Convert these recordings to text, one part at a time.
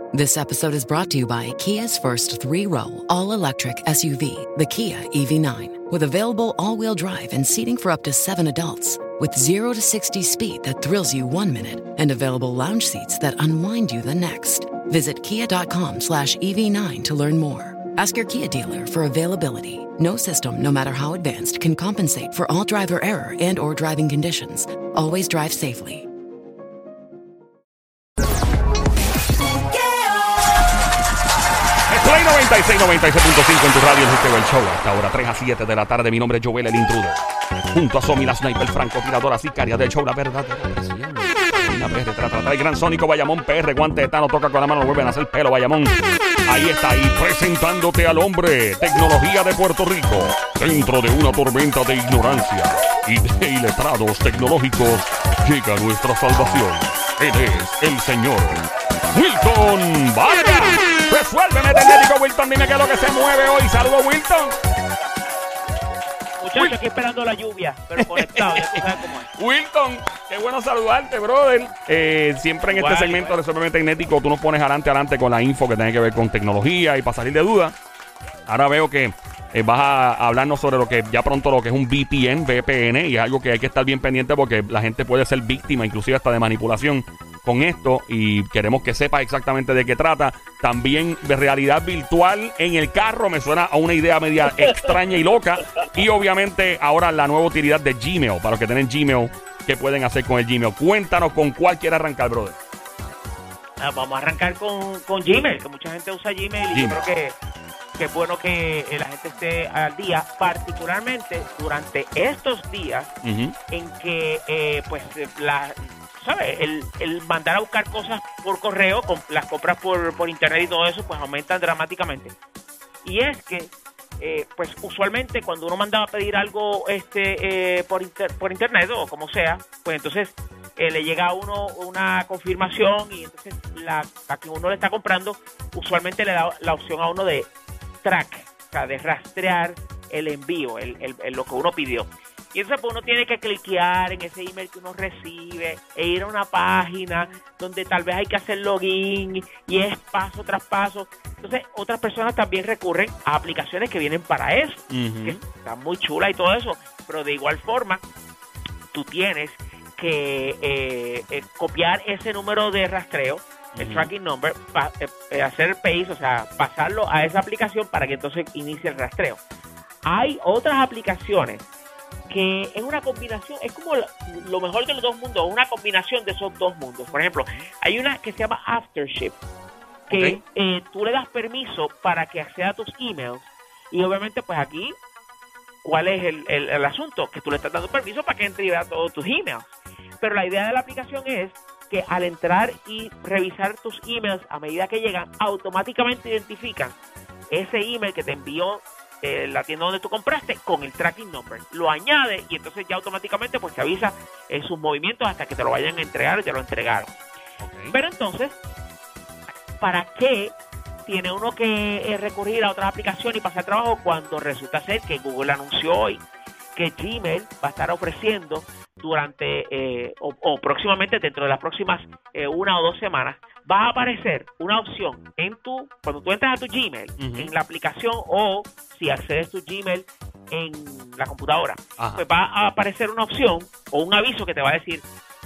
This episode is brought to you by Kia's first 3-row, all-electric SUV, the Kia EV9, with available all-wheel drive and seating for up to 7 adults, with 0 to 60 speed that thrills you 1 minute, and available lounge seats that unwind you the next. Visit kia.com/EV9 to learn more. Ask your Kia dealer for availability. No system, no matter how advanced, can compensate for all driver error and or driving conditions. Always drive safely. Play 96, 96.5 en tu radio, el Juqueo, el show. Hasta ahora 3 a 7 de la tarde. Mi nombre es Joel, el intruder. Junto a Somi, la sniper, francotiradora sicaria del show, la verdadera presión. Una PR, trata, el gran Sónico, Bayamón, PR, guante de Tano, toca con la mano, vuelven a hacer pelo, Bayamón. Ahí está, ahí presentándote al hombre, tecnología de Puerto Rico. Dentro de una tormenta de ignorancia y de iletrados tecnológicos, llega nuestra salvación. Él es el señor Wilton Vargas. Resuélveme, tecnético Wilton, dime qué es lo que se mueve hoy. Saludos, Wilton. Muchachos, aquí esperando la lluvia, pero conectado, ya tú sabes cómo es. Wilton, qué bueno saludarte, brother. Siempre en este segmento de Resuélveme Tecnético, tú nos pones adelante con la info que tiene que ver con tecnología y para salir de dudas. Ahora veo que vas a hablarnos sobre lo que ya pronto lo que es un VPN, y es algo que hay que estar bien pendiente porque la gente puede ser víctima, inclusive hasta de manipulación con esto, y queremos que sepas exactamente de qué trata. También de realidad virtual en el carro, me suena a una idea media extraña y loca. Y obviamente ahora la nueva utilidad de Gmail, para los que tienen Gmail, ¿qué pueden hacer con el Gmail? Cuéntanos con cuál quiere arrancar, brother. Vamos a arrancar con Gmail, que mucha gente usa Gmail. Y yo creo que es bueno que la gente esté al día, particularmente durante estos días en que ¿sabes? El mandar a buscar cosas por correo, con las compras por internet y todo eso, pues aumentan dramáticamente. Y es que, pues usualmente cuando uno mandaba a pedir algo por internet o como sea, pues entonces le llega a uno una confirmación y entonces a quien uno le está comprando usualmente le da la opción a uno de track, o sea, de rastrear el envío, lo que uno pidió. Y entonces pues uno tiene que cliquear en ese email que uno recibe e ir a una página donde tal vez hay que hacer login y es paso tras paso. Entonces otras personas también recurren a aplicaciones que vienen para eso, que están muy chulas y todo eso, pero de igual forma tú tienes que copiar ese número de rastreo, el tracking number, hacer el paste, o sea, pasarlo a esa aplicación para que entonces inicie el rastreo. Hay otras aplicaciones que es una combinación, es como lo mejor de los dos mundos, una combinación de esos dos mundos. Por ejemplo, hay una que se llama Aftership, que tú le das permiso para que acceda a tus emails, y obviamente pues aquí, ¿cuál es el asunto? Que tú le estás dando permiso para que entre y vea todos tus emails. Pero la idea de la aplicación es que al entrar y revisar tus emails a medida que llegan, automáticamente identifican ese email que te envió la tienda donde tú compraste con el tracking number, lo añade y entonces ya automáticamente pues te avisa en sus movimientos hasta que te lo vayan a entregar o te lo entregaron. Pero entonces, ¿para qué tiene uno que recurrir a otra aplicación y pasar trabajo cuando resulta ser que Google anunció hoy que Gmail va a estar ofreciendo durante o próximamente, dentro de las próximas 1 o 2 semanas, va a aparecer una opción cuando tú entras a tu Gmail en la aplicación, o si accedes a tu Gmail en la computadora, pues va a aparecer una opción o un aviso que te va a decir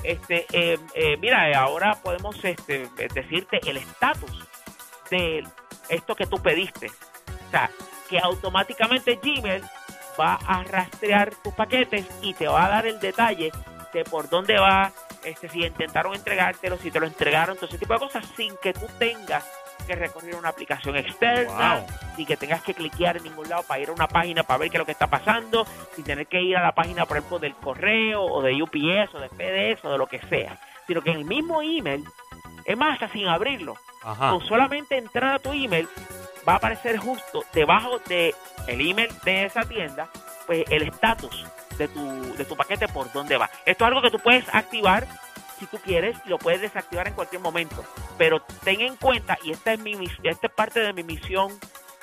mira, ahora podemos decirte el estatus de esto que tú pediste. O sea, que automáticamente Gmail va a rastrear tus paquetes y te va a dar el detalle de por dónde va, si intentaron entregártelo, si te lo entregaron, todo ese tipo de cosas, sin que tú tengas que recorrer una aplicación externa, sin que tengas que cliquear en ningún lado para ir a una página para ver qué es lo que está pasando, sin tener que ir a la página, por ejemplo, del correo o de UPS o de FedEx o de lo que sea, sino que en el mismo email, es más, hasta sin abrirlo, con solamente entrar a tu email, va a aparecer justo debajo de el email de esa tienda, pues el estatus de tu paquete, por dónde va. Esto es algo que tú puedes activar si tú quieres, y lo puedes desactivar en cualquier momento, pero ten en cuenta, y esta es parte de mi misión,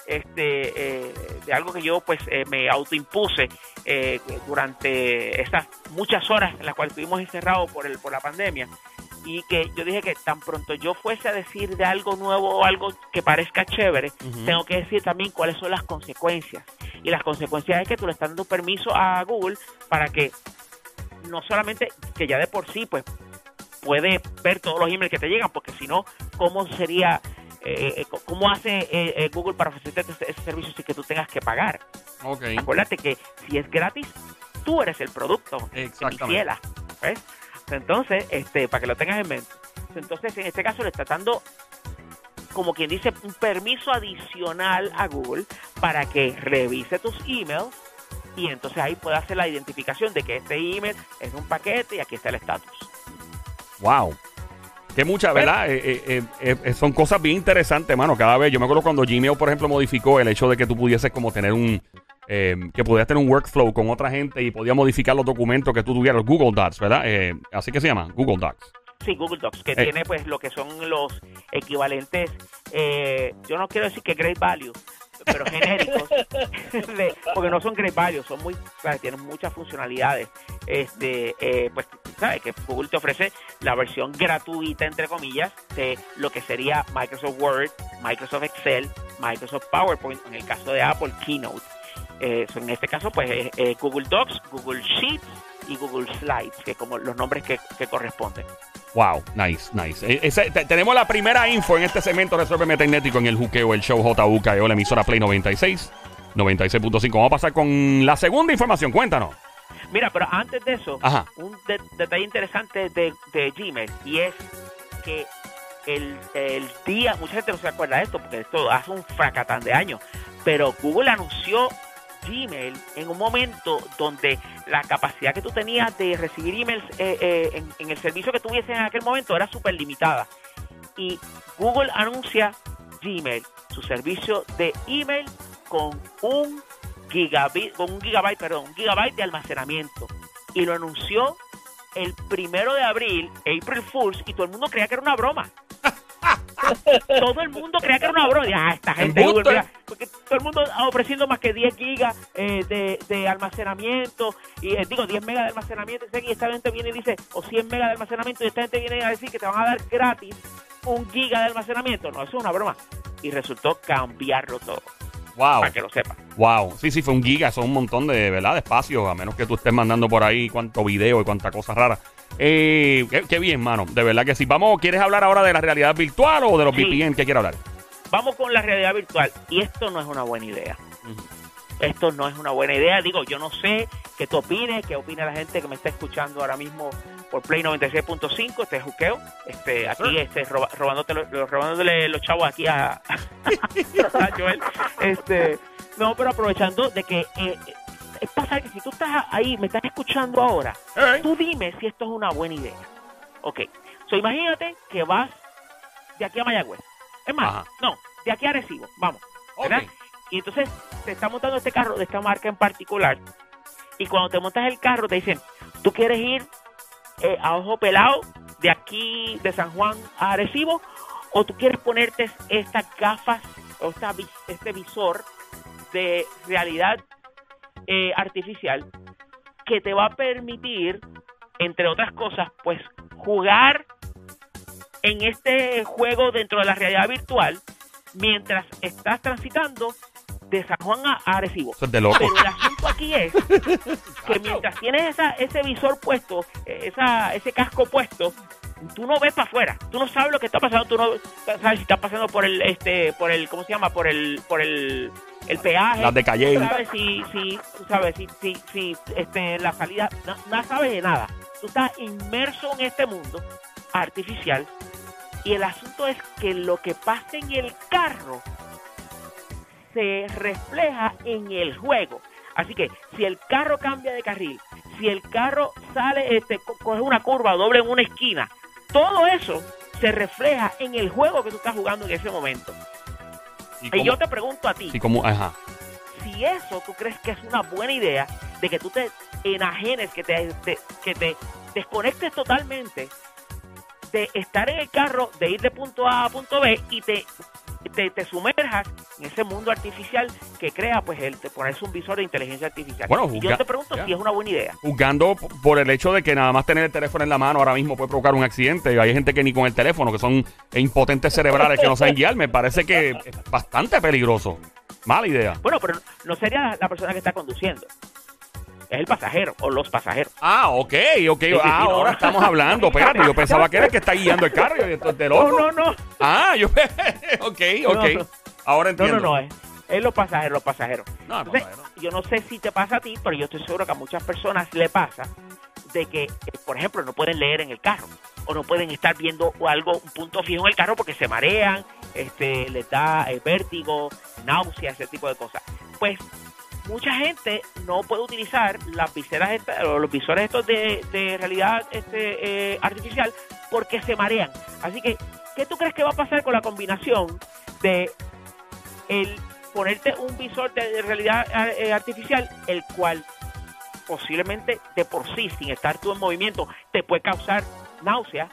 de algo que yo pues me autoimpuse durante estas muchas horas en las cuales estuvimos encerrados por la pandemia, y que yo dije que tan pronto yo fuese a decir de algo nuevo o algo que parezca chévere, tengo que decir también cuáles son las consecuencias. Y las consecuencias es que tú le estás dando permiso a Google para que no solamente, que ya de por sí pues puede ver todos los emails que te llegan, porque si no, ¿cómo sería, cómo hace Google para ofrecerte ese servicio sin que tú tengas que pagar? Okay. Acuérdate que si es gratis, tú eres el producto. Exactamente. ¿Ves? Entonces, para que lo tengas en mente. Entonces, en este caso le está dando, como quien dice, un permiso adicional a Google para que revise tus emails y entonces ahí puede hacer la identificación de que este email es un paquete y aquí está el estatus. Wow. Que muchas, ¿verdad? Son cosas bien interesantes, mano. Cada vez, yo me acuerdo cuando Gmail, por ejemplo, modificó el hecho de que tú pudieses como tener que pudieras tener un workflow con otra gente y podías modificar los documentos que tú tuvieras, Google Docs, ¿verdad? Así que se llama, Google Docs. Sí, Google Docs, que tiene pues lo que son los equivalentes, yo no quiero decir que great value, pero genéricos, porque no son great value, son muy, ¿sabes? Tienen muchas funcionalidades. Pues sabes que Google te ofrece la versión gratuita, entre comillas, de lo que sería Microsoft Word, Microsoft Excel, Microsoft PowerPoint, en el caso de Apple, Keynote. En este caso, pues, Google Docs, Google Sheets y Google Slides, que como los nombres que corresponden. Wow, nice. Tenemos la primera info en este segmento de Resuélveme Tecnético en el Juqueo, el show JUKEO, la emisora Play 96.5. Vamos a pasar con la segunda información, cuéntanos. Mira, pero antes de eso, un detalle interesante de Gmail, y es que el día, mucha gente no se acuerda de esto, porque esto hace un fracatán de años, pero Google anunció Gmail en un momento donde la capacidad que tú tenías de recibir emails en el servicio que tuviese en aquel momento era súper limitada. Y Google anuncia Gmail, su servicio de email con un gigabyte de almacenamiento. Y lo anunció el 1 de abril, April Fools, y todo el mundo creía que era una broma. Todo el mundo creía que era una broma. Esta gente Google, mira, porque todo el mundo ofreciendo más que 10 gigas de almacenamiento, y 10 megas de almacenamiento, y esta gente viene y dice, o 100 megas de almacenamiento, y esta gente viene a decir que te van a dar gratis 1 giga de almacenamiento. No, eso es una broma. Y resultó cambiarlo todo. Wow. Para que lo sepa. Wow. Sí, fue 1 giga. Son un montón de, ¿verdad?, de espacio. A menos que tú estés mandando por ahí cuánto video y cuánta cosa rara. Qué bien, mano. De verdad que sí. Vamos, ¿quieres hablar ahora de la realidad virtual o de los VPN? ¿Qué quieres hablar? Vamos con la realidad virtual. Y esto no es una buena idea. Esto no es una buena idea. Digo, yo no sé qué tú opines, qué opina la gente que me está escuchando ahora mismo por Play 96.5, Juqueo, aquí robándole los chavos aquí a Joel. No, pero aprovechando de que es pasar que si tú estás ahí, me estás escuchando ahora, tú dime si esto es una buena idea. Ok, imagínate que vas de aquí a Mayagüez. Es más, no, de aquí a Arecibo, vamos, ¿verdad? Okay. Y entonces te está montando este carro de esta marca en particular, y cuando te montas el carro te dicen, ¿tú quieres ir a ojo pelado de aquí de San Juan a Arecibo, o tú quieres ponerte estas gafas o este visor de realidad artificial que te va a permitir, entre otras cosas, pues jugar en este juego dentro de la realidad virtual mientras estás transitando de San Juan a Arecibo? Eso es de loco. Pero el asunto aquí es que mientras tienes ese visor puesto, ese casco puesto, tú no ves para afuera, tú no sabes lo que está pasando, tú no sabes si está pasando por el ¿cómo se llama? Por el peaje. Las de Calle. Tú sabes si la salida, no sabes de nada. Tú estás inmerso en este mundo artificial, y el asunto es que lo que pasa en el carro se refleja en el juego. Así que si el carro cambia de carril, si el carro sale, coge una curva o doble en una esquina, todo eso se refleja en el juego que tú estás jugando en ese momento. Y yo te pregunto a ti, si eso tú crees que es una buena idea, de que tú te enajenes, que te desconectes totalmente de estar en el carro, de ir de punto A a punto B, y te sumerjas en ese mundo artificial que crea pues el de ponerse un visor de inteligencia artificial. Bueno, y yo te pregunto si es una buena idea. Juzgando por el hecho de que nada más tener el teléfono en la mano ahora mismo puede provocar un accidente. Hay gente que ni con el teléfono, que son impotentes cerebrales que no saben guiar. Me parece que es bastante peligroso. Mala idea. Bueno, pero no sería la persona que está conduciendo. Es el pasajero o los pasajeros. Ah, ok. Ahora estamos hablando. Espérate, yo pensaba que era el que está guiando el carro. No. Ah, ok. No. Ahora entiendo. No, es los pasajeros. No, Entonces, yo no sé si te pasa a ti, pero yo estoy seguro que a muchas personas le pasa de que, por ejemplo, no pueden leer en el carro o no pueden estar viendo algo, un punto fijo en el carro porque se marean, les da vértigo, náusea, ese tipo de cosas. Pues mucha gente no puede utilizar las viseras o los visores estos de realidad artificial porque se marean. Así que, ¿qué tú crees que va a pasar con la combinación de el ponerte un visor de realidad artificial, el cual posiblemente de por sí, sin estar tú en movimiento, te puede causar náusea,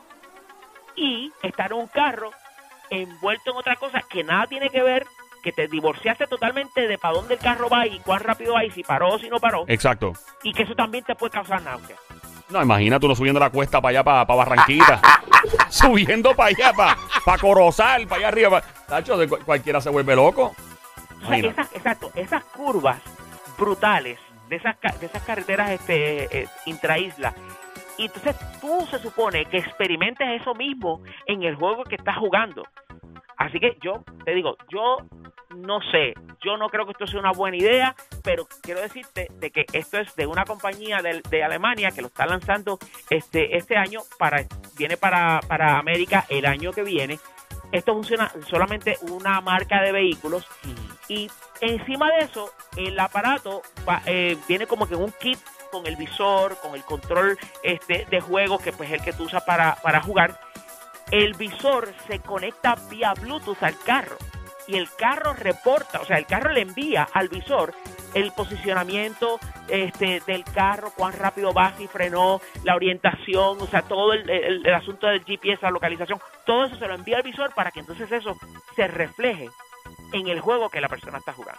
y estar en un carro envuelto en otra cosa que nada tiene que ver, que te divorciaste totalmente de para dónde el carro va y cuán rápido va y si paró o si no paró? Exacto. Y que eso también te puede causar náusea. No, imagínate uno subiendo la cuesta para allá, para Barranquita. Subiendo para allá, para Corozal, para allá arriba. Tacho, cualquiera se vuelve loco. O sea, esas curvas brutales de esas carreteras intraislas. Y entonces tú se supone que experimentes eso mismo en el juego que estás jugando. Así que yo te digo, yo no sé, yo no creo que esto sea una buena idea, pero quiero decirte de que esto es de una compañía de Alemania que lo está lanzando este año, viene para América el año que viene. Esto funciona solamente una marca de vehículos, y encima de eso el aparato viene como que un kit con el visor, con el control de juego, que pues es el que tú usas para jugar. El visor se conecta vía Bluetooth al carro y el carro reporta, o sea, el carro le envía al visor el posicionamiento del carro, cuán rápido va, si frenó, la orientación, o sea, todo el asunto del GPS, la localización, todo eso se lo envía al visor para que entonces eso se refleje en el juego que la persona está jugando.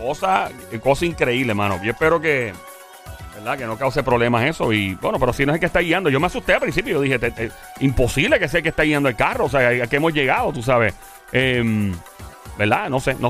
Cosa increíble, mano. Yo espero que, ¿verdad?, que no cause problemas eso. Y bueno, pero si no es el que está guiando. Yo me asusté al principio. Yo dije, imposible que sea el que está guiando el carro. O sea, ¿a qué hemos llegado? Tú sabes. ¿Verdad? No sé.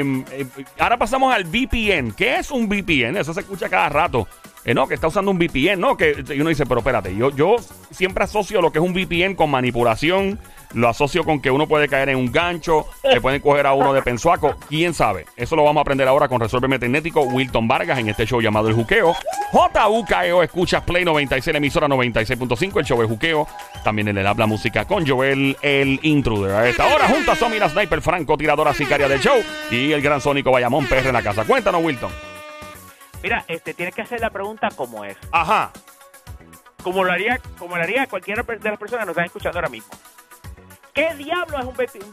Ahora pasamos al VPN. ¿Qué es un VPN? Eso se escucha cada rato. No, que está usando un VPN. No, y uno dice, pero espérate. Yo siempre asocio lo que es un VPN con manipulación. Lo asocio con que uno puede caer en un gancho, le pueden coger a uno de pensuaco. ¿Quién sabe? Eso lo vamos a aprender ahora con Resuélveme Tecnético, Wilton Vargas, en este show llamado El Juqueo. JUKEO, escuchas Play 96, la emisora 96.5, el show El Juqueo. También en el Habla Música con Joel, el Intruder. A esta hora, junto a Somi, la Sniper, Franco, tiradora sicaria del show, y el gran Sónico Bayamón, PR en la casa. Cuéntanos, Wilton. Mira, tienes que hacer la pregunta como es. Ajá. Como lo haría cualquiera de las personas que nos están escuchando ahora mismo. ¿Qué diablo es un VPN?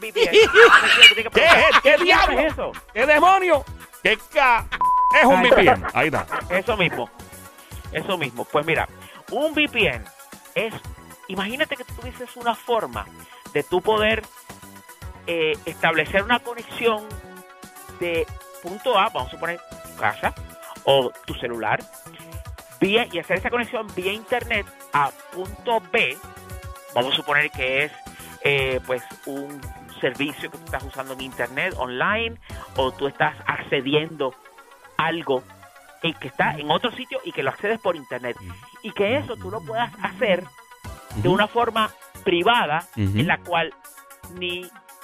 ¿Qué diablo es eso? ¿Qué demonio? ¿Qué es un VPN? Ahí está. Eso mismo. Pues mira, un VPN es, imagínate que tú tuvieses una forma de tú poder establecer una conexión de punto A, vamos a suponer tu casa o tu celular, y hacer esa conexión vía internet a punto B. Vamos a suponer que es pues un servicio que tú estás usando en internet online, o tú estás accediendo a algo que está en otro sitio y que lo accedes por internet, y que eso tú lo puedas hacer de una forma privada, en la cual ni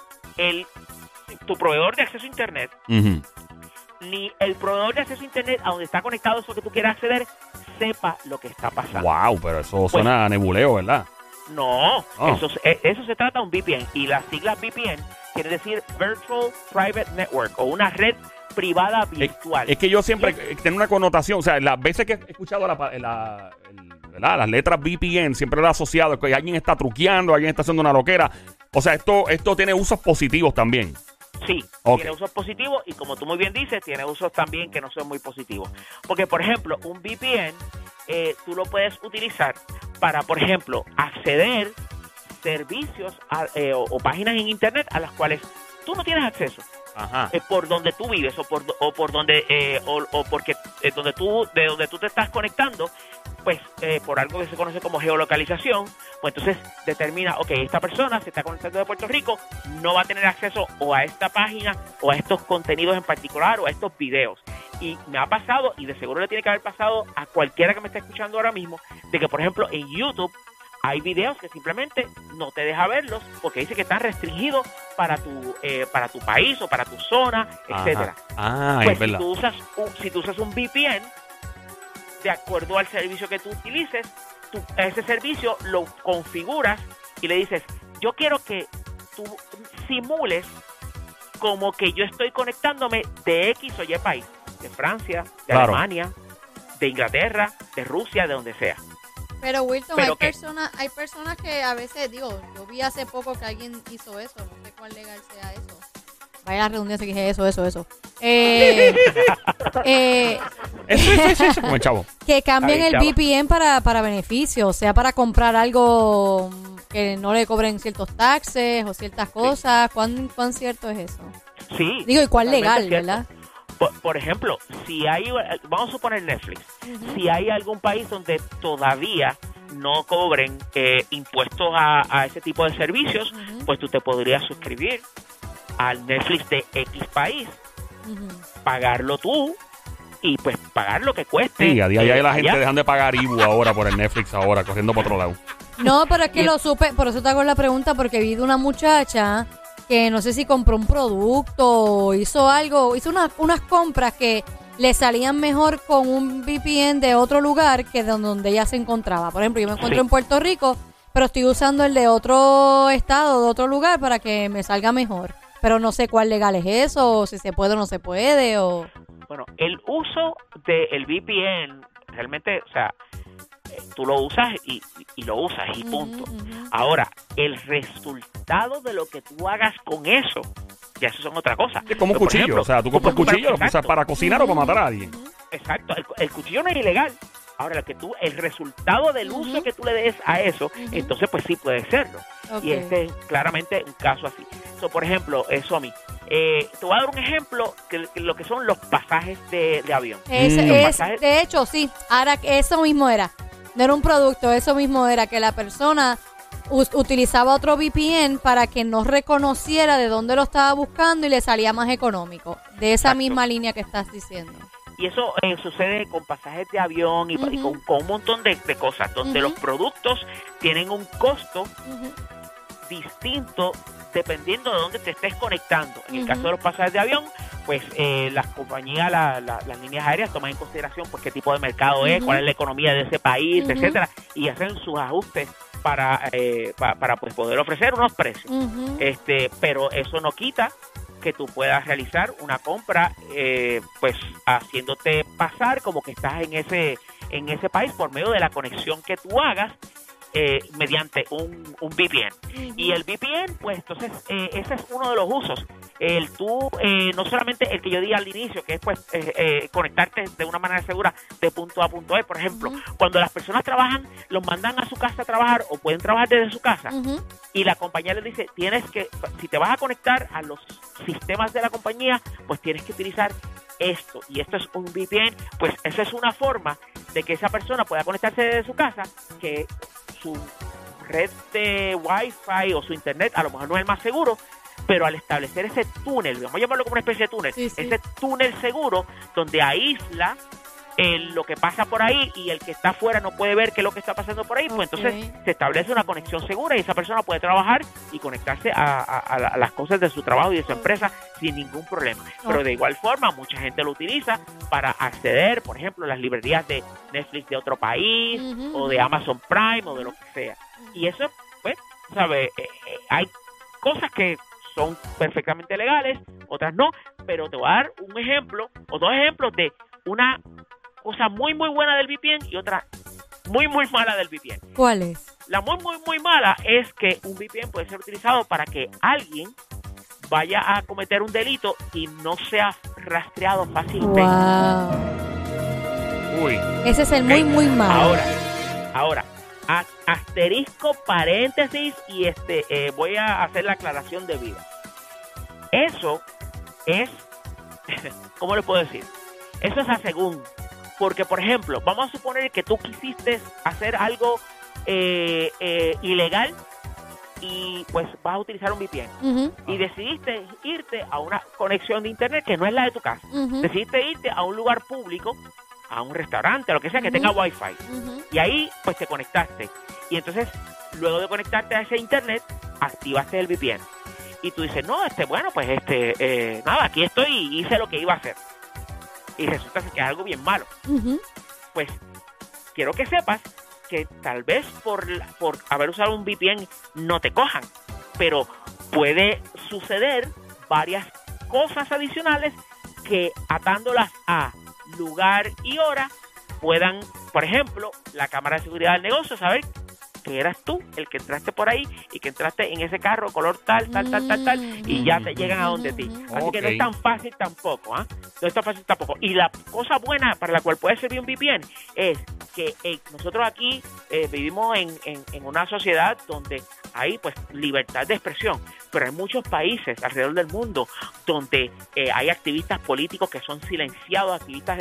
tu proveedor de acceso a internet ni el proveedor de acceso a internet a donde está conectado eso que tú quieras acceder sepa lo que está pasando. Wow, pero eso suena a nebuleo, ¿verdad? No, eso se trata de un VPN, y las siglas VPN quiere decir Virtual Private Network, o una red privada virtual. Es que yo siempre tengo una connotación, o sea, las veces que he escuchado las letras VPN, siempre lo he asociado que alguien está truqueando, alguien está haciendo una loquera. O sea, esto tiene usos positivos también. Sí, tiene usos positivos, y como tú muy bien dices, tiene usos también que no son muy positivos. Porque, por ejemplo, un VPN tú lo puedes utilizar para, por ejemplo, acceder servicios o páginas en internet a las cuales tú no tienes acceso. por donde tú vives o donde o porque donde tú te estás conectando, pues por algo que se conoce como geolocalización, pues entonces determina, esta persona se está conectando de Puerto Rico, no va a tener acceso o a esta página o a estos contenidos en particular o a estos videos. Y me ha pasado, y de seguro le tiene que haber pasado a cualquiera que me está escuchando ahora mismo, de que por ejemplo en YouTube hay videos que simplemente no te deja verlos porque dice que están restringidos para tu país o para tu zona, etcétera. Pues es verdad. Si tú usas un VPN, de acuerdo al servicio que tú utilices, ese servicio lo configuras y le dices, yo quiero que tú simules como que yo estoy conectándome de X o Y país, de Francia, de Alemania, de Inglaterra, de Rusia, de donde sea. Pero Wilton, hay personas que a veces, yo vi hace poco que alguien hizo eso, no sé cuál legal sea eso. Vaya la redundancia que dije eso. Eso, como el chavo. Que cambien el VPN para beneficio, o sea, para comprar algo que no le cobren ciertos taxes o ciertas cosas. ¿Cuán cierto es eso? Sí. ¿Y cuál legal, verdad? Por ejemplo, si hay, vamos a suponer Netflix, si hay algún país donde todavía no cobren impuestos a ese tipo de servicios, pues tú te podrías suscribir al Netflix de X país, pagarlo tú y pues pagar lo que cueste. Sí, a día de hoy la gente dejan de pagar IBU ahora por el Netflix ahora, corriendo por otro lado. No, pero es que lo supe, por eso te hago la pregunta, porque vi de una muchacha que no sé si compró un producto o hizo algo, hizo unas compras que le salían mejor con un VPN de otro lugar que de donde ella se encontraba. Por ejemplo, yo me encuentro en Puerto Rico, pero estoy usando el de otro estado, de otro lugar, para que me salga mejor. Pero no sé cuál legal es eso, o si se puede o no se puede, o... Bueno, el uso del VPN, realmente, o sea, tú lo usas y lo usas y punto. Ahora, el resultado de lo que tú hagas con eso, ya eso son otra cosa. Es como un cuchillo, ejemplo, o sea, tú compras un cuchillo, lo usas para cocinar o para matar a alguien. Exacto, el cuchillo no es ilegal. Ahora, el resultado del uso que tú le des a eso, entonces pues sí puede serlo. Y este es claramente un caso así. Por ejemplo, Somi, te voy a dar un ejemplo que lo que son los pasajes de avión. De hecho, sí, ahora eso mismo era. No era un producto, eso mismo era que la persona utilizaba otro VPN para que no reconociera de dónde lo estaba buscando y le salía más económico. De esa misma línea que estás diciendo. Y eso sucede con pasajes de avión y con un montón de cosas, donde los productos tienen un costo distinto dependiendo de dónde te estés conectando. En el caso de los pasajes de avión, pues las compañías, las líneas aéreas toman en consideración pues qué tipo de mercado es, cuál es la economía de ese país, etcétera, y hacen sus ajustes para pues poder ofrecer unos precios. Pero eso no quita que tú puedas realizar una compra pues haciéndote pasar como que estás en ese país por medio de la conexión que tú hagas mediante un VPN. Y el VPN, pues entonces ese es uno de los usos. No solamente el que yo di al inicio, que es pues conectarte de una manera segura de punto A a punto B. Por ejemplo, cuando las personas trabajan, los mandan a su casa a trabajar o pueden trabajar desde su casa y la compañía les dice, si te vas a conectar a los sistemas de la compañía, pues tienes que utilizar esto, y esto es un VPN, pues esa es una forma de que esa persona pueda conectarse desde su casa, que su red de Wi-Fi o su internet a lo mejor no es el más seguro, pero al establecer ese túnel, vamos a llamarlo como una especie de túnel, ese túnel seguro donde aísla lo que pasa por ahí y el que está afuera no puede ver qué es lo que está pasando por ahí, pues entonces se establece una conexión segura y esa persona puede trabajar y conectarse a las cosas de su trabajo y de su empresa sin ningún problema. Pero de igual forma, mucha gente lo utiliza para acceder, por ejemplo, a las librerías de Netflix de otro país o de Amazon Prime o de lo que sea. Y eso, pues, ¿sabes? Hay cosas que son perfectamente legales, otras no, pero te voy a dar un ejemplo o dos ejemplos de una cosa muy muy buena del VPN y otra muy muy mala del VPN. ¿Cuál es? La muy muy muy mala es que un VPN puede ser utilizado para que alguien vaya a cometer un delito y no sea rastreado fácilmente. Wow. Uy. Ese es el muy muy malo. Ahora, asterisco, paréntesis y voy a hacer la aclaración debida. Eso es, ¿cómo le puedo decir? Eso es a según. Porque, por ejemplo, vamos a suponer que tú quisiste hacer algo ilegal y pues vas a utilizar un VPN. Y decidiste irte a una conexión de internet que no es la de tu casa. Decidiste irte a un lugar público, a un restaurante, a lo que sea, que tenga Wi-Fi. Y ahí pues te conectaste. Y entonces, luego de conectarte a ese internet, activaste el VPN. Y tú dices, no, bueno, pues nada, aquí estoy y hice lo que iba a hacer. Y resulta que es algo bien malo. Pues quiero que sepas que tal vez por haber usado un VPN no te cojan, pero puede suceder varias cosas adicionales que atándolas a lugar y hora puedan, por ejemplo, la cámara de seguridad del negocio saber que eras tú el que entraste por ahí y que entraste en ese carro color tal, y ya te llegan a donde ti. Así que no es tan fácil tampoco, ¿ah? No es tan fácil tampoco. Y la cosa buena para la cual puede servir un VPN es que nosotros aquí vivimos en una sociedad donde hay pues libertad de expresión, pero hay muchos países alrededor del mundo donde hay activistas políticos que son silenciados, activistas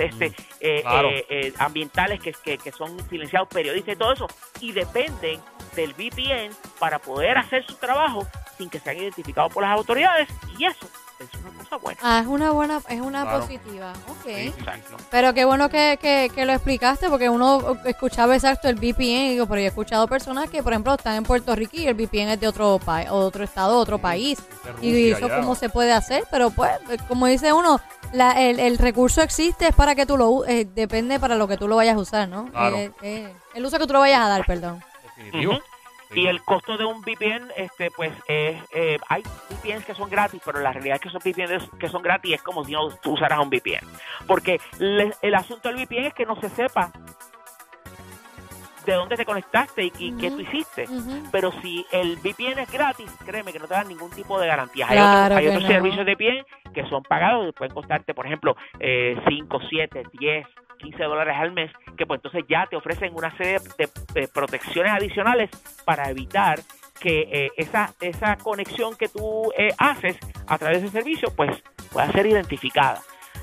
ambientales que son silenciados, periodistas y todo eso, y dependen del VPN para poder hacer su trabajo sin que sean identificados por las autoridades, y eso es una cosa buena. Es una Claro. positiva. Ok. Sí, Exacto. Pero qué bueno que lo explicaste, porque uno escuchaba exacto el VPN, y digo, pero yo he escuchado personas que, por ejemplo, están en Puerto Rico y el VPN es de otro otro estado, otro país. de Rusia, Y eso ya. cómo se puede hacer, pero pues, como dice uno, el recurso existe, es para que tú lo depende para lo que tú lo vayas a usar, ¿no? Claro. El uso que tú lo vayas a dar, perdón. Definitivo. Sí. Y el costo de un VPN, pues hay VPNs que son gratis, pero la realidad es que esos VPNs que son gratis es como si no tú usaras un VPN. Porque el asunto del VPN es que no se sepa de dónde te conectaste y qué tú hiciste. Pero si el VPN es gratis, créeme que no te dan ningún tipo de garantía. Claro Hay que otros no. servicios de VPN que son pagados, que pueden costarte, por ejemplo, 5, 7, 10, $15 al mes, que pues entonces ya te ofrecen una serie de protecciones adicionales para evitar que esa conexión que tú haces a través de ese servicio pues pueda ser identificada.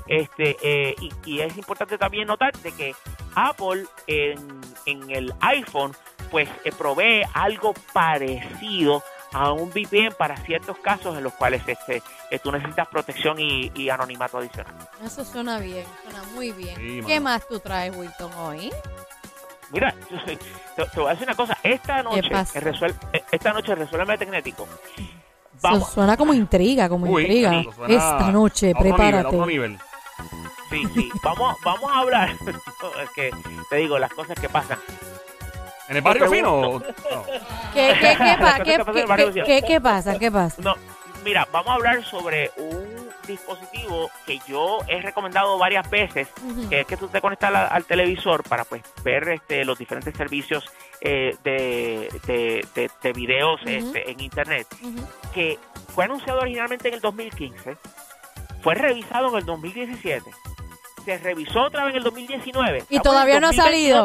Y es importante también notar de que Apple en el iPhone pues provee algo parecido a un VPN para ciertos casos en los cuales tú necesitas protección y anonimato adicional. Eso suena bien, suena muy bien. Sí, ¿Qué mano. más tú traes, Wilton, hoy? Mira, te voy a decir una cosa. Esta noche pasa? Resuélveme Tecnético. Eso suena como intriga, Uy, intriga. eso suena Esta noche, a otro prepárate. Nivel, a otro nivel. Sí. Vamos a hablar. No, es que te digo las cosas que pasan. ¿En el barrio Te fino? pregunto. No. ¿Qué pasa? ¿Qué pasa? No, mira, vamos a hablar sobre un dispositivo que yo he recomendado varias veces, que es que tú te conectas al televisor para pues ver los diferentes servicios de videos en internet, que fue anunciado originalmente en el 2015, fue revisado en el 2017, se revisó otra vez en el 2019 Y todavía no ha salido.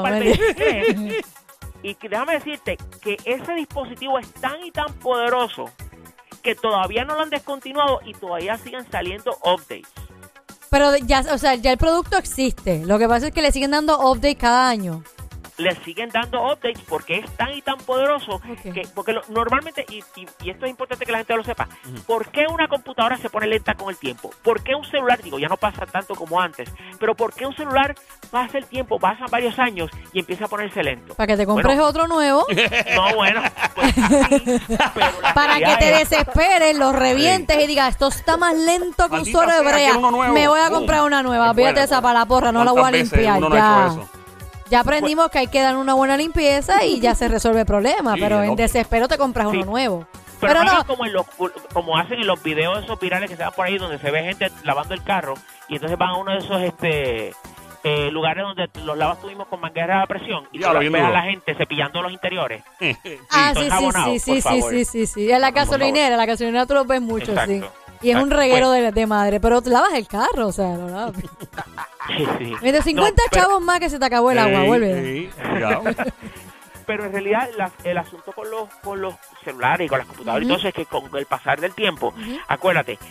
y que déjame decirte que ese dispositivo es tan y tan poderoso que todavía no lo han descontinuado y todavía siguen saliendo updates. Pero ya, o sea, ya el producto existe. Lo que pasa es que le siguen dando update cada año. Le siguen dando updates porque es tan y tan poderoso Ok. que porque normalmente, y esto es importante que la gente lo sepa, ¿por qué una computadora se pone lenta con el tiempo? ¿Por qué un celular, digo, ya no pasa tanto como antes, pero por qué un celular pasa el tiempo, pasan varios años y empieza a ponerse lento? Para que te compres Bueno, otro nuevo. No, bueno, pues sí, pero la Para que realidad te es- desesperes, lo revientes y digas, esto está más lento que un Maldita suero de sea, brea. quiero uno nuevo. Me voy a comprar una nueva. Es buena, Fíjate esa buena. para la porra, no la voy a ¿Cuántas veces limpiar. uno no ha Ya. hecho eso? Ya aprendimos que hay que dar una buena limpieza y ya se resuelve el problema. Sí, pero en lógico. desespero te compras Sí. uno nuevo. Pero Pero no no, como hacen en los videos esos virales que se van por ahí donde se ve gente lavando el carro y entonces van a uno de esos lugares donde los lavas tú mismo con manguera a presión y Ya, tú lo ves bien a duro. la gente cepillando los interiores. Ah, Estoy sí, jabonado, sí, por favor. sí. En la gasolinera, tú lo ves mucho, Exacto. sí. Y es un Exacto. reguero de madre, pero te lavas el carro, o sea, lo lavas. Sí. Mira, 50 No, pero- chavos más que se te acabó el agua, vuelve. Sí, cuidado. Pero en realidad el asunto con los celulares y con las computadoras y todo eso es que con el pasar del tiempo, acuérdate,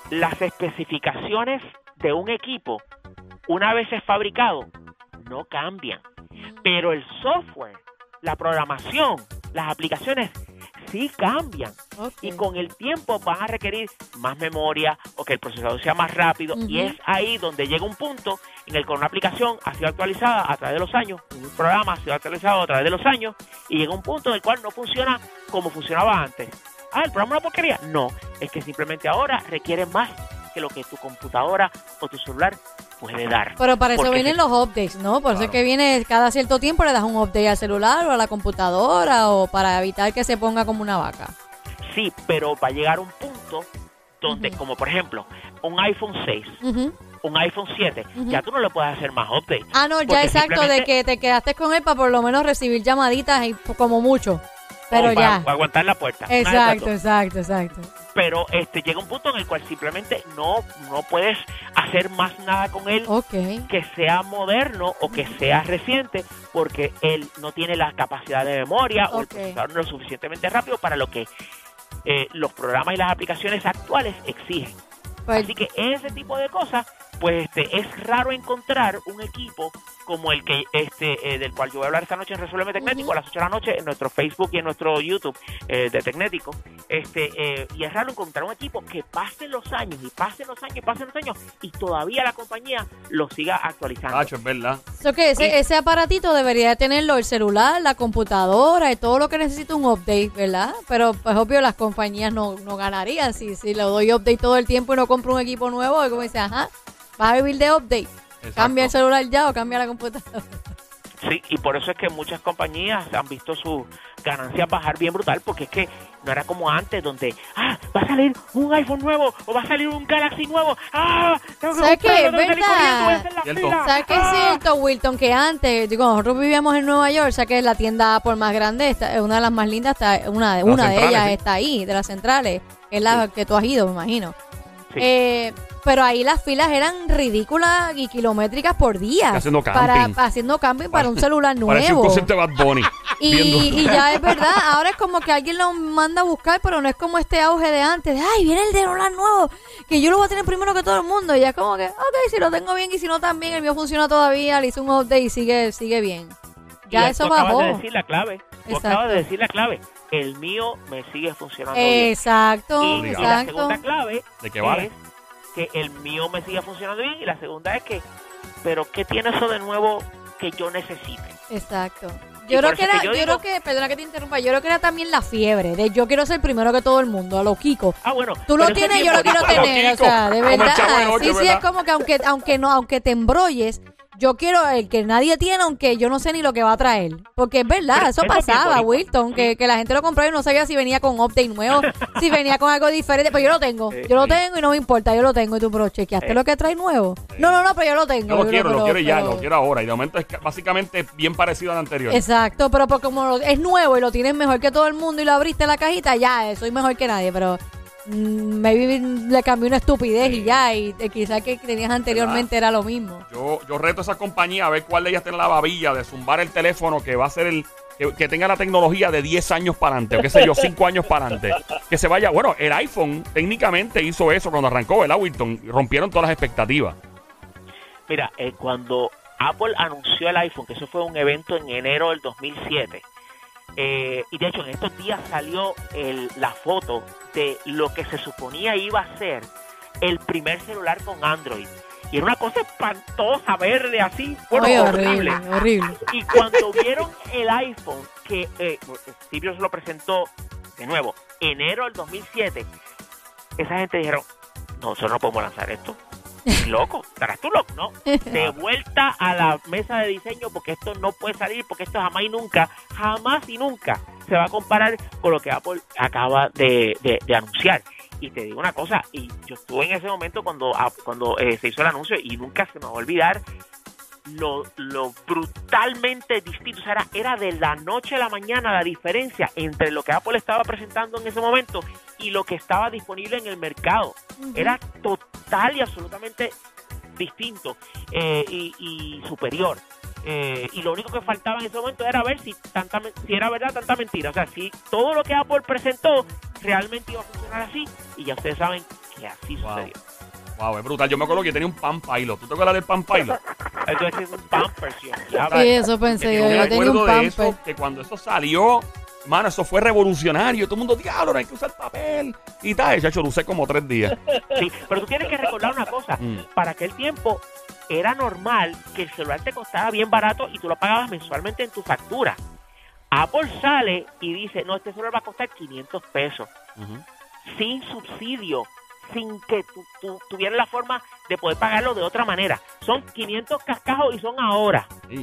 las especificaciones de un equipo, una vez es fabricado, no cambian. Pero el software, la programación, las aplicaciones sí cambian. Okay. Y con el tiempo van a requerir más memoria o que el procesador sea más rápido. Y es ahí donde llega un punto en el que una aplicación ha sido actualizada a través de los años, un programa ha sido actualizado a través de los años, y llega un punto en el cual no funciona como funcionaba antes. ¿El programa es una porquería? No, es que simplemente ahora requiere más que lo que tu computadora o tu celular puede dar. Pero para eso Porque vienen los updates, ¿no? Por eso es que viene cada cierto tiempo le das un update al celular o a la computadora, o para evitar que se ponga como una vaca. Sí, pero va a llegar un punto donde, como por ejemplo, un iPhone 6, un iPhone 7, ya tú no le puedes hacer más updates. Ah, no, ya exacto, de que te quedaste con él para por lo menos recibir llamaditas y como mucho. Pero ya. Para aguantar la puerta. Exacto. Pero llega un punto en el cual simplemente no puedes hacer más nada con él que sea moderno o que sea reciente, porque él no tiene la capacidad de memoria o el procesador no es lo suficientemente rápido para lo que los programas y las aplicaciones actuales exigen. Pues, así que ese tipo de cosas, pues es raro encontrar un equipo como el que del cual yo voy a hablar esta noche en Resuélveme Tecnético a las 8 de la noche en nuestro Facebook y en nuestro YouTube de Tecnético. Y es raro encontrar un equipo que pasen los años y todavía la compañía lo siga actualizando. Es verdad. So que ese aparatito debería tenerlo el celular, la computadora y todo lo que necesita un update, ¿verdad? Pero pues obvio las compañías no ganarían si le doy update todo el tiempo y no compro un equipo nuevo, y como dice, vas a vivir de update. Exacto. Cambia el celular ya o cambia la computadora. Sí, y por eso es que muchas compañías han visto sus ganancias bajar bien brutal, porque es que no era como antes, donde va a salir un iPhone nuevo o va a salir un Galaxy nuevo. ¿Sabes qué? ¿Verdad? ¿Sabes qué es cierto, Wilton? Que antes, nosotros vivíamos en Nueva York, o sea que la tienda Apple más grande, una de las más lindas, una de ellas está ahí, de las centrales, que es la que tú has ido, me imagino. Sí. Pero ahí las filas eran ridículas y kilométricas por día. Haciendo camping. Para un celular nuevo. Parece un concepto de Bad Bunny. Y ya es verdad, ahora es como que alguien lo manda a buscar, pero no es como este auge de antes. Viene el celular nuevo, que yo lo voy a tener primero que todo el mundo. Y ya es como que, si lo tengo bien y si no también, el mío funciona todavía, le hice un update y sigue bien. Ya eso bajó. Acabas de decir la clave. Acabas de decir la clave. El mío me sigue funcionando bien. Exacto. Y la segunda clave ¿de qué vale? Que el mío me siga funcionando bien, y la segunda es que, pero ¿qué tiene eso de nuevo que yo necesite? Exacto. Yo creo que, perdona que te interrumpa, yo creo que era también la fiebre de yo quiero ser primero que todo el mundo, a lo Kiko. Bueno. Tú lo tienes, yo lo quiero tener, o sea, de verdad. Sí, es como que aunque te embrolles, yo quiero el que nadie tiene, aunque yo no sé ni lo que va a traer. Porque es verdad, eso pasaba, Wilton, que la gente lo compraba y no sabía si venía con update nuevo, si venía con algo diferente. Pues yo lo tengo y no me importa, yo lo tengo. Y tú, pero chequeaste lo que trae nuevo. No, pero yo lo tengo. Yo lo quiero ahora. Y de momento es básicamente bien parecido al anterior. Exacto, pero como es nuevo y lo tienes mejor que todo el mundo y lo abriste la cajita, ya, soy mejor que nadie, pero... maybe le cambié una estupidez y ya, y quizás que tenías anteriormente era lo mismo. Yo reto a esa compañía a ver cuál de ellas tiene la babilla de zumbar el teléfono que va a ser que tenga la tecnología de 10 años para adelante, o qué sé yo, 5 años para adelante. Que se vaya, el iPhone técnicamente hizo eso cuando arrancó, ¿verdad, Wilton? Rompieron todas las expectativas. Mira, cuando Apple anunció el iPhone, que eso fue un evento en enero del 2007, y de hecho en estos días salió la foto de lo que se suponía iba a ser el primer celular con Android, y era una cosa espantosa, verde así, horrible. Y cuando vieron el iPhone, que Steve Jobs lo presentó de nuevo enero del 2007, esa gente dijeron, nosotros no podemos lanzar esto. Loco, estarás tú loco, ¿no? De vuelta a la mesa de diseño, porque esto no puede salir, porque esto jamás y nunca se va a comparar con lo que Apple acaba de anunciar. Y te digo una cosa, y yo estuve en ese momento cuando se hizo el anuncio, y nunca se me va a olvidar lo brutalmente distinto. O sea, era de la noche a la mañana la diferencia entre lo que Apple estaba presentando en ese momento y lo que estaba disponible en el mercado. Era total y absolutamente distinto y superior. Y lo único que faltaba en ese momento era ver si era verdad tanta mentira. O sea, si todo lo que Apple presentó realmente iba a funcionar así. Y ya ustedes saben que así sucedió. Wow, es brutal. Yo me acuerdo que tenía un Palm Pilot. ¿Tú te acuerdas del Palm Pilot? Entonces es un Pampers. Sí, eso pensé yo. Me Yo tenía acuerdo un de Pamper. eso, que cuando eso salió, mano, eso fue revolucionario. Todo el mundo, diablo, no hay que usar papel. Y tal, chacho, lo usé como 3 días. Sí, pero tú tienes que recordar una cosa. Para aquel tiempo era normal que el celular te costara bien barato y tú lo pagabas mensualmente en tu factura. Apple sale y dice, no, este celular va a costar $500. Sin subsidio, sin que tú tuvieras la forma de poder pagarlo de otra manera. Son 500 cascajos y son ahora.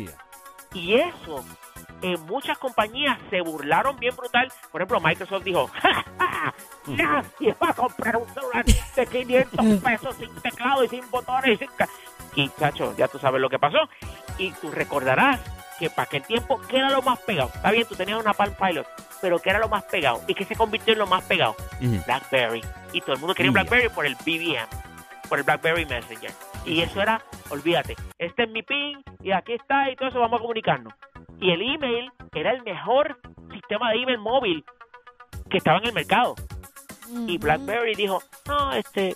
Y eso, en muchas compañías se burlaron bien brutal. Por ejemplo, Microsoft dijo, ¡ja, ja! Nadie va a comprar un celular de $500 sin teclado y sin botones. Y, chacho, ya tú sabes lo que pasó. Y tú recordarás que para aquel tiempo, ¿qué era lo más pegado? Está bien, tú tenías una Palm Pilot, pero ¿qué era lo más pegado? ¿Y qué se convirtió en lo más pegado? BlackBerry. Y todo el mundo quería un BlackBerry por el BBM, por el BlackBerry Messenger. Y eso era, olvídate, este es mi PIN y aquí está y todo eso, vamos a comunicarnos. Y el email era el mejor sistema de email móvil que estaba en el mercado. Y BlackBerry dijo, no,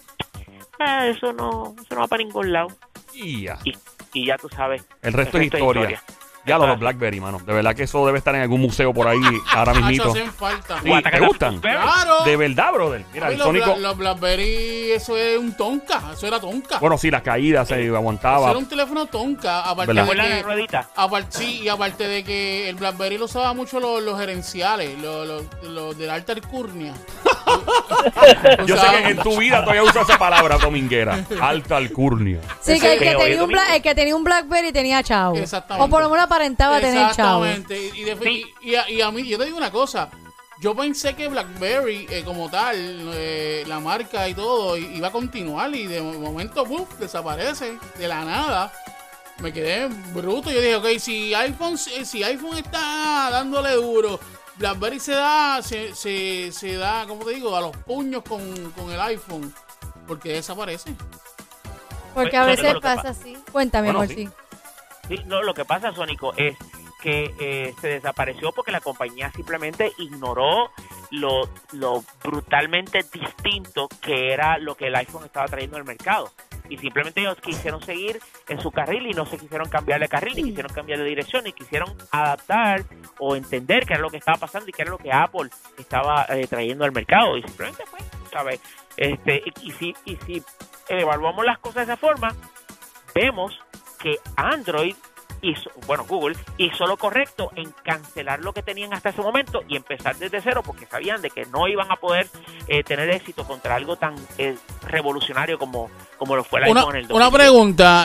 eso no va para ningún lado. Y ya tú sabes. El resto es historia. Ya los BlackBerry, mano. De verdad que eso debe estar en algún museo por ahí ahora mismito. hacen falta. Sí, ¿te gustan? Claro. De verdad, brother. Mira, el Sónico. Los BlackBerry, eso es un tonka. Eso era tonka. Bueno, sí, las caídas se aguantaba. Eso era un teléfono tonka. Aparte ¿verdad? de la ruedita. Sí, y aparte de que el BlackBerry lo usaba mucho los gerenciales, los de la alta alcurnia. Yo sé que en tu vida todavía usas esa palabra dominguera. Alta alcurnia. Sí, que el que tenía un BlackBerry tenía chavo. Exactamente. O por lo menos aparentaba tener chavo. Exactamente. Y a mí, yo te digo una cosa. Yo pensé que BlackBerry, como tal, la marca y todo, iba a continuar. Y de momento, desaparece de la nada. Me quedé bruto. Yo dije, ok, si iPhone está dándole duro, BlackBerry se da, ¿cómo te digo? A los puños con el iPhone. Porque desaparece. Porque a veces pasa así. Cuéntame, Bueno, amor, sí. Sí, no, lo que pasa, Sónico, es que se desapareció porque la compañía simplemente ignoró lo brutalmente distinto que era lo que el iPhone estaba trayendo al mercado. Y simplemente ellos quisieron seguir en su carril y no se quisieron cambiar de carril, ni quisieron cambiar de dirección, ni quisieron adaptar o entender qué era lo que estaba pasando y qué era lo que Apple estaba trayendo al mercado. Y simplemente fue, ¿sabes? Y si evaluamos las cosas de esa forma, vemos que Android Google hizo lo correcto en cancelar lo que tenían hasta ese momento y empezar desde cero, porque sabían de que no iban a poder tener éxito contra algo tan revolucionario como lo fue el iPhone en el 2010. Una pregunta,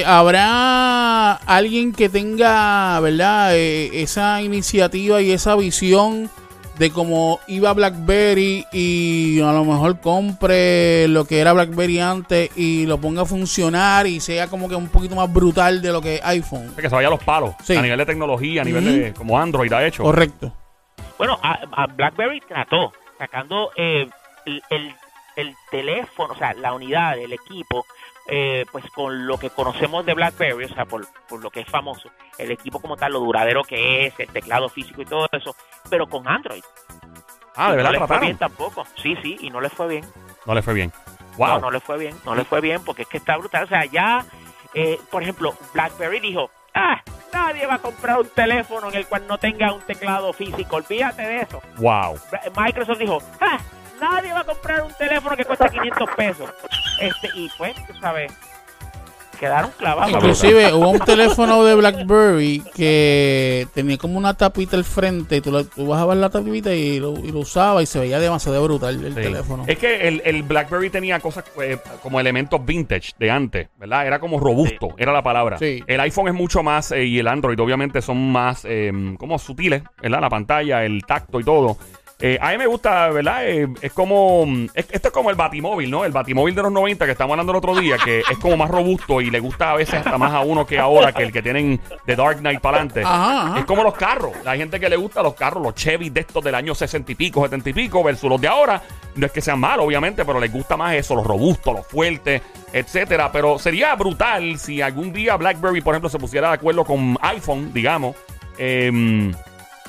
¿habrá alguien que tenga, verdad, esa iniciativa y esa visión de cómo iba BlackBerry y a lo mejor compre lo que era BlackBerry antes y lo ponga a funcionar y sea como que un poquito más brutal de lo que es iPhone? Que se vaya a los palos. Sí. A nivel de tecnología, a nivel de como Android ha hecho. Correcto. Bueno, a BlackBerry trató sacando el teléfono, o sea, la unidad, el equipo, pues con lo que conocemos de BlackBerry, o sea, por lo que es famoso, el equipo como tal, lo duradero que es, el teclado físico y todo eso, pero con Android. Ah, de verdad no le fue trataron. bien tampoco. Sí, y no le fue bien. No le fue bien. Wow. No le fue bien porque es que está brutal. O sea, ya, por ejemplo, BlackBerry dijo, nadie va a comprar un teléfono en el cual no tenga un teclado físico, olvídate de eso. Wow. Microsoft dijo, nadie va a comprar un teléfono que cuesta $500. Y pues, tú sabes, quedaron clavados. Inclusive hubo un teléfono de BlackBerry que tenía como una tapita al frente y tú bajabas la tapita y lo usabas y se veía demasiado brutal el teléfono. Es que el BlackBerry tenía cosas como elementos vintage de antes, ¿verdad? Era como robusto, era la palabra. Sí. El iPhone es mucho más, y el Android obviamente son más como sutiles, ¿verdad? La pantalla, el tacto y todo. A mí me gusta, ¿verdad? Es como... esto es como el Batimóvil, ¿no? El Batimóvil de los 90 que estamos hablando el otro día, que es como más robusto y le gusta a veces hasta más a uno que ahora, que el que tienen de Dark Knight para adelante. Ajá. Es como los carros. La gente que le gusta los carros, los Chevy de estos del año 60 y pico, 70 y pico, versus los de ahora. No es que sean malos, obviamente, pero les gusta más eso, los robustos, los fuertes, etcétera. Pero sería brutal si algún día BlackBerry, por ejemplo, se pusiera de acuerdo con iPhone, digamos,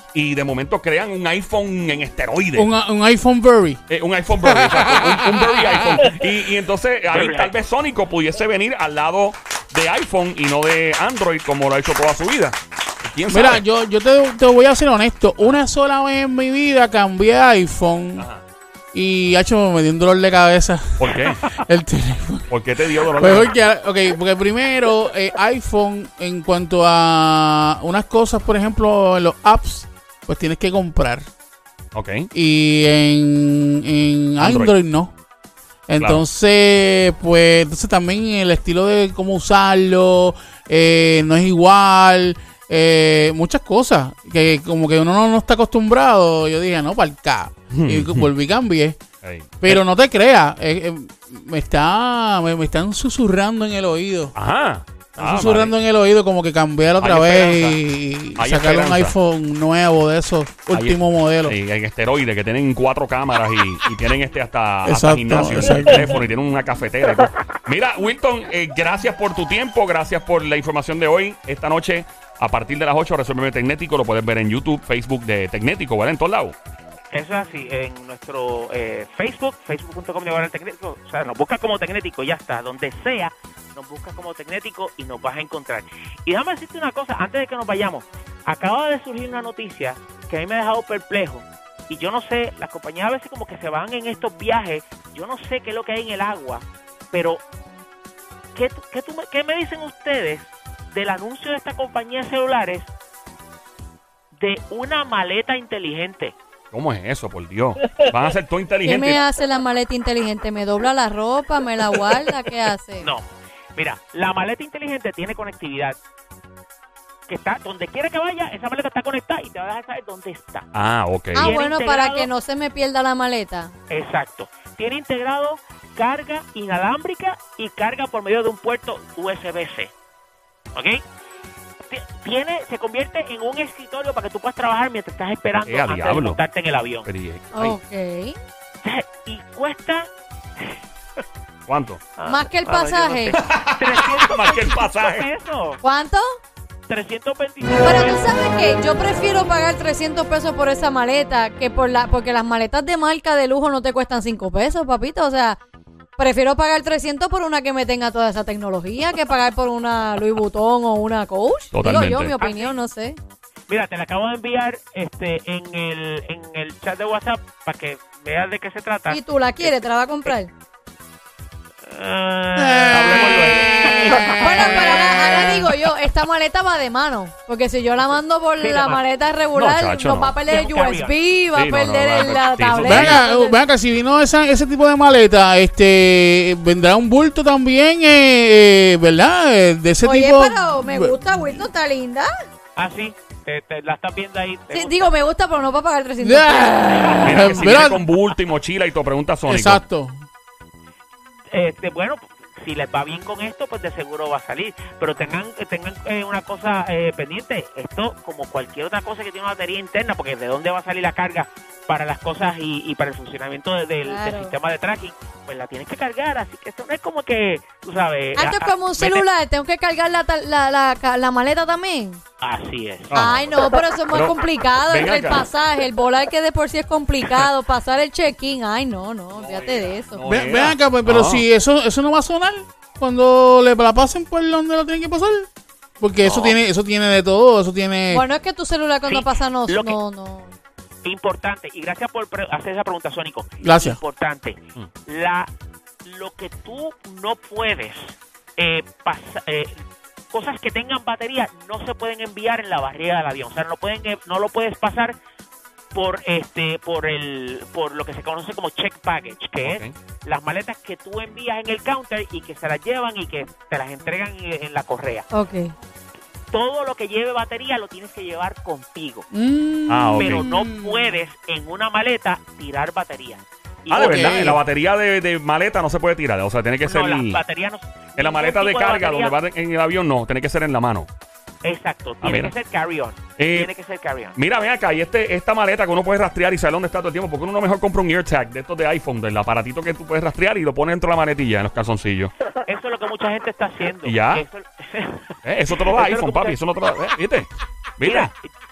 y de momento crean un iPhone en esteroides. Un iPhone Berry. Un iPhone Berry, exacto. Un Berry iPhone. Y entonces ahí tal vez Sónico pudiese venir al lado de iPhone y no de Android como lo ha hecho toda su vida. ¿Quién sabe? Mira, yo te voy a ser honesto. Una sola vez en mi vida cambié a iPhone. Ajá. Y me dio un dolor de cabeza. ¿Por qué? El teléfono. ¿Por qué te dio dolor de cabeza? Porque primero, iPhone, en cuanto a unas cosas, por ejemplo, en los apps, pues tienes que comprar. Ok. Y en Android no. Entonces, pues, también el estilo de cómo usarlo no es igual. Muchas cosas que como que uno no está acostumbrado. Yo dije, no, para el K. Y volví y cambié. Hey. Pero no te creas, me están susurrando en el oído. Ajá. Están susurrando en el oído como que cambiar otra vez y sacar un iPhone nuevo de esos últimos modelos. Sí, en esteroides que tienen 4 cámaras y tienen hasta gimnasio en el exacto. teléfono y tienen una cafetera y todo. Mira, Wilton, gracias por tu tiempo, gracias por la información de hoy. Esta noche, a partir de las 8, Resuélveme Tecnético, lo puedes ver en YouTube, Facebook de Tecnético, ¿verdad? En todos lados. Eso es así, en nuestro Facebook, facebook.com/Tecnético, o sea, nos busca como Tecnético, ya está, donde sea, nos busca como Tecnético y nos vas a encontrar. Y déjame decirte una cosa, antes de que nos vayamos, acaba de surgir una noticia que a mí me ha dejado perplejo, y yo no sé, las compañías a veces como que se van en estos viajes, yo no sé qué es lo que hay en el agua, pero ¿qué me dicen ustedes del anuncio de esta compañía de celulares de una maleta inteligente? ¿Cómo es eso, por Dios? Van a ser todo ¿Qué inteligentes. me hace la maleta inteligente? ¿Me dobla la ropa? ¿Me la guarda? ¿Qué hace? No, mira, la maleta inteligente tiene conectividad. Que está, donde quiera que vaya, esa maleta está conectada y te va a dejar saber dónde está. Ah, ok. Ah, Tiene bueno, integrado- para que no se me pierda la maleta. Exacto. Tiene integrado carga inalámbrica y carga por medio de un puerto USB-C. ¿Ok? Se convierte en un escritorio para que tú puedas trabajar mientras estás esperando ¡A antes diablo! de montarte en el avión. Ay, Ok. Y cuesta... ¿cuánto? Más que el yo no pasaje. sé, 300 Más que el pasaje. pesos. ¿Cuánto? 325. Pero tú sabes que yo prefiero pagar 300 pesos por esa maleta que porque las maletas de marca de lujo no te cuestan 5 pesos, papito. O sea, prefiero pagar 300 por una que me tenga toda esa tecnología que pagar por una Louis Vuitton o una Coach. Totalmente. Digo yo, mi opinión, no sé. Mira, te la acabo de enviar en el chat de WhatsApp para que veas de qué se trata. ¿Y tú la quieres? ¿Te la vas a comprar? Hablemos luego. Bueno, pero ahora digo yo, esta maleta va de mano. Porque si yo la mando por Sí, de la mano. maleta regular, No, chacho, nos no. va a perder el Es un carry-on. USB, va a Sí, no, perder no, la sí, eso- tableta. Venga, si vino ese tipo de maleta, vendrá un bulto también, ¿verdad? De ese Oye, tipo. pero me gusta, Wilton, está linda. Ah, sí, te la estás viendo ahí. ¿te Sí, gusta? digo, me gusta, pero no para pagar 300 pesos. Mira que si Mira, viene con bulto y mochila y te pregunta Sónico. exacto. Bueno, si les va bien con esto, pues de seguro va a salir. Pero tengan una cosa pendiente. Esto, como cualquier otra cosa que tiene una batería interna, porque de dónde va a salir la carga para las cosas y para el funcionamiento del Claro. sistema de tracking, pues la tienes que cargar. Así que esto no es como que, tú sabes... Esto es como un celular, tengo que cargar la maleta también. Así es. Ah. Ay, no, pero eso es más Pero, complicado. ven Entre el acá. pasaje, el volar que de por sí es complicado, pasar el check-in. Ay, no, olvídate de eso. no. Ven acá, pues, pero No. si eso no va a sonar cuando le la pasen por donde lo tienen que pasar. Porque eso tiene de todo, eso tiene... Bueno, es que tu celular cuando Sí, pasa no. lo Importante, y gracias por hacer esa pregunta, Sónico. Gracias. Importante, lo que tú no puedes cosas que tengan batería no se pueden enviar en la barriga del avión. O sea, no lo puedes pasar por lo que se conoce como check baggage, que Ok. es las maletas que tú envías en el counter y que se las llevan y que te las entregan en la correa. Ok. Todo lo que lleve batería lo tienes que llevar contigo. Ah, ok. Pero no puedes en una maleta tirar batería. Y Ah, de Ok. verdad, en la batería de maleta no se puede tirar. O sea, tiene que ser las baterías no, en la maleta de ningún tipo carga batería- donde va en el avión, no, tiene que ser en la mano. Exacto, Ah, tiene mira. que ser carry-on. Eh, Tiene que ser carry-on. Mira, ven acá, y esta maleta que uno puede rastrear y saber dónde está todo el tiempo, porque uno mejor compra un AirTag de estos de iPhone, del aparatito que tú puedes rastrear y lo pones dentro de la maletilla en los calzoncillos. Eso es lo que mucha gente está haciendo. ¿Y ya? Eso, Eso te lo da Eso es lo iPhone, que papi, mucha- eso no te lo da. ¿Viste? ¿Viste? Mira,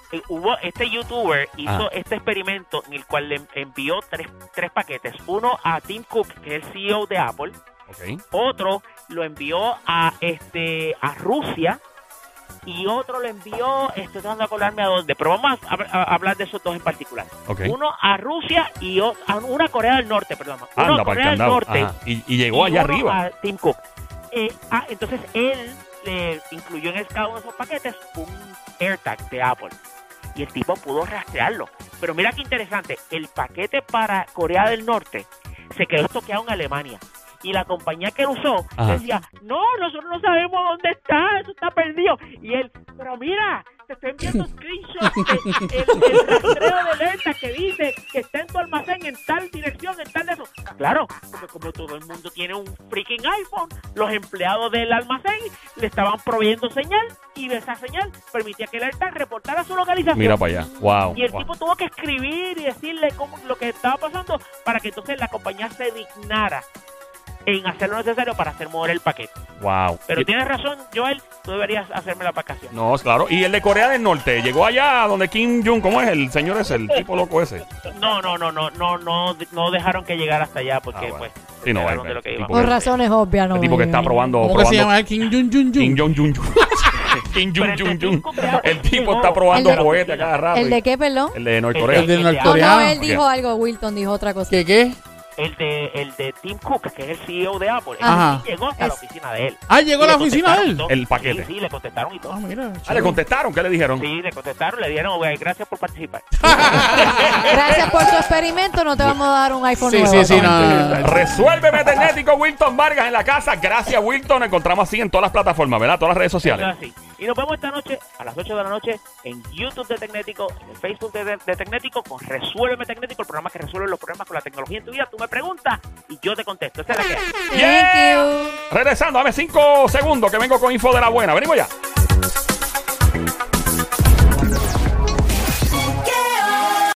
este youtuber hizo este experimento en el cual le envió tres paquetes. Uno a Tim Cook, que es el CEO de Apple. Okay. Otro lo envió a Rusia. Y otro lo envió, estoy tratando de acordarme a dónde, pero vamos a hablar de esos dos en particular. Okay. Uno a Rusia y una a Corea del Norte, perdón. Uno a Corea del Norte. Y llegó allá arriba. A Tim Cook. Entonces él le incluyó en cada uno de esos paquetes un AirTag de Apple. Y el tipo pudo rastrearlo. Pero mira qué interesante, el paquete para Corea del Norte se quedó estoqueado en Alemania. Y la compañía que lo usó decía, no, nosotros no sabemos dónde está, eso está perdido. Y él, pero mira, te estoy enviando screenshots el rastreo de alerta que dice que está en tu almacén en tal dirección, en tal de eso. Claro, porque como todo el mundo tiene un freaking iPhone, los empleados del almacén le estaban proveyendo señal y esa señal permitía que el alerta reportara su localización. Mira para allá, wow. Y el tipo tuvo que escribir y decirle lo que estaba pasando para que entonces la compañía se dignara en hacer lo necesario para hacer mover el paquete. Wow. Pero tienes razón, Joel, tú deberías hacerme la vacación. No, claro. Y el de Corea del Norte, llegó allá donde Kim Jong, ¿cómo es el señor ese, el tipo loco ese? No dejaron que llegara hasta allá porque pues sí, no, de lo que iba. Por razones obvias, no. El tipo que está probando. ¿Cómo que se llama? Kim Jong-un. Kim Jong-un. Kim Jong-un. El tipo está probando cohetes a cada rato. ¿El de qué, perdón? El de Norcorea. El de No, Norcorea. él dijo algo, Wilton dijo otra cosa. ¿Qué? El de Tim Cook, que es el CEO de Apple, Ajá. él llegó hasta la oficina de él. ¿Llegó a la oficina de él? El paquete. Sí, le contestaron y todo. Mira. ¿Le contestaron? ¿Qué le dijeron? Sí, le contestaron, le dijeron, gracias por participar. Gracias por tu experimento, no te vamos a dar un iPhone nuevo. Sí, no. Resuélveme Tecnético, Wilton Vargas en la casa. Gracias, Wilton. Nos encontramos así en todas las plataformas, ¿verdad? Todas las redes sociales. Así. Y nos vemos esta noche a las 8 de la noche en YouTube de Tecnético, en el Facebook de Tecnético, con Resuélveme Tecnético, el programa que resuelve los problemas con la tecnología en tu vida. Tú me preguntas y yo te contesto. Esa es la que hay. Yeah. Regresando, dame 5 segundos que vengo con info de la buena. Venimos ya.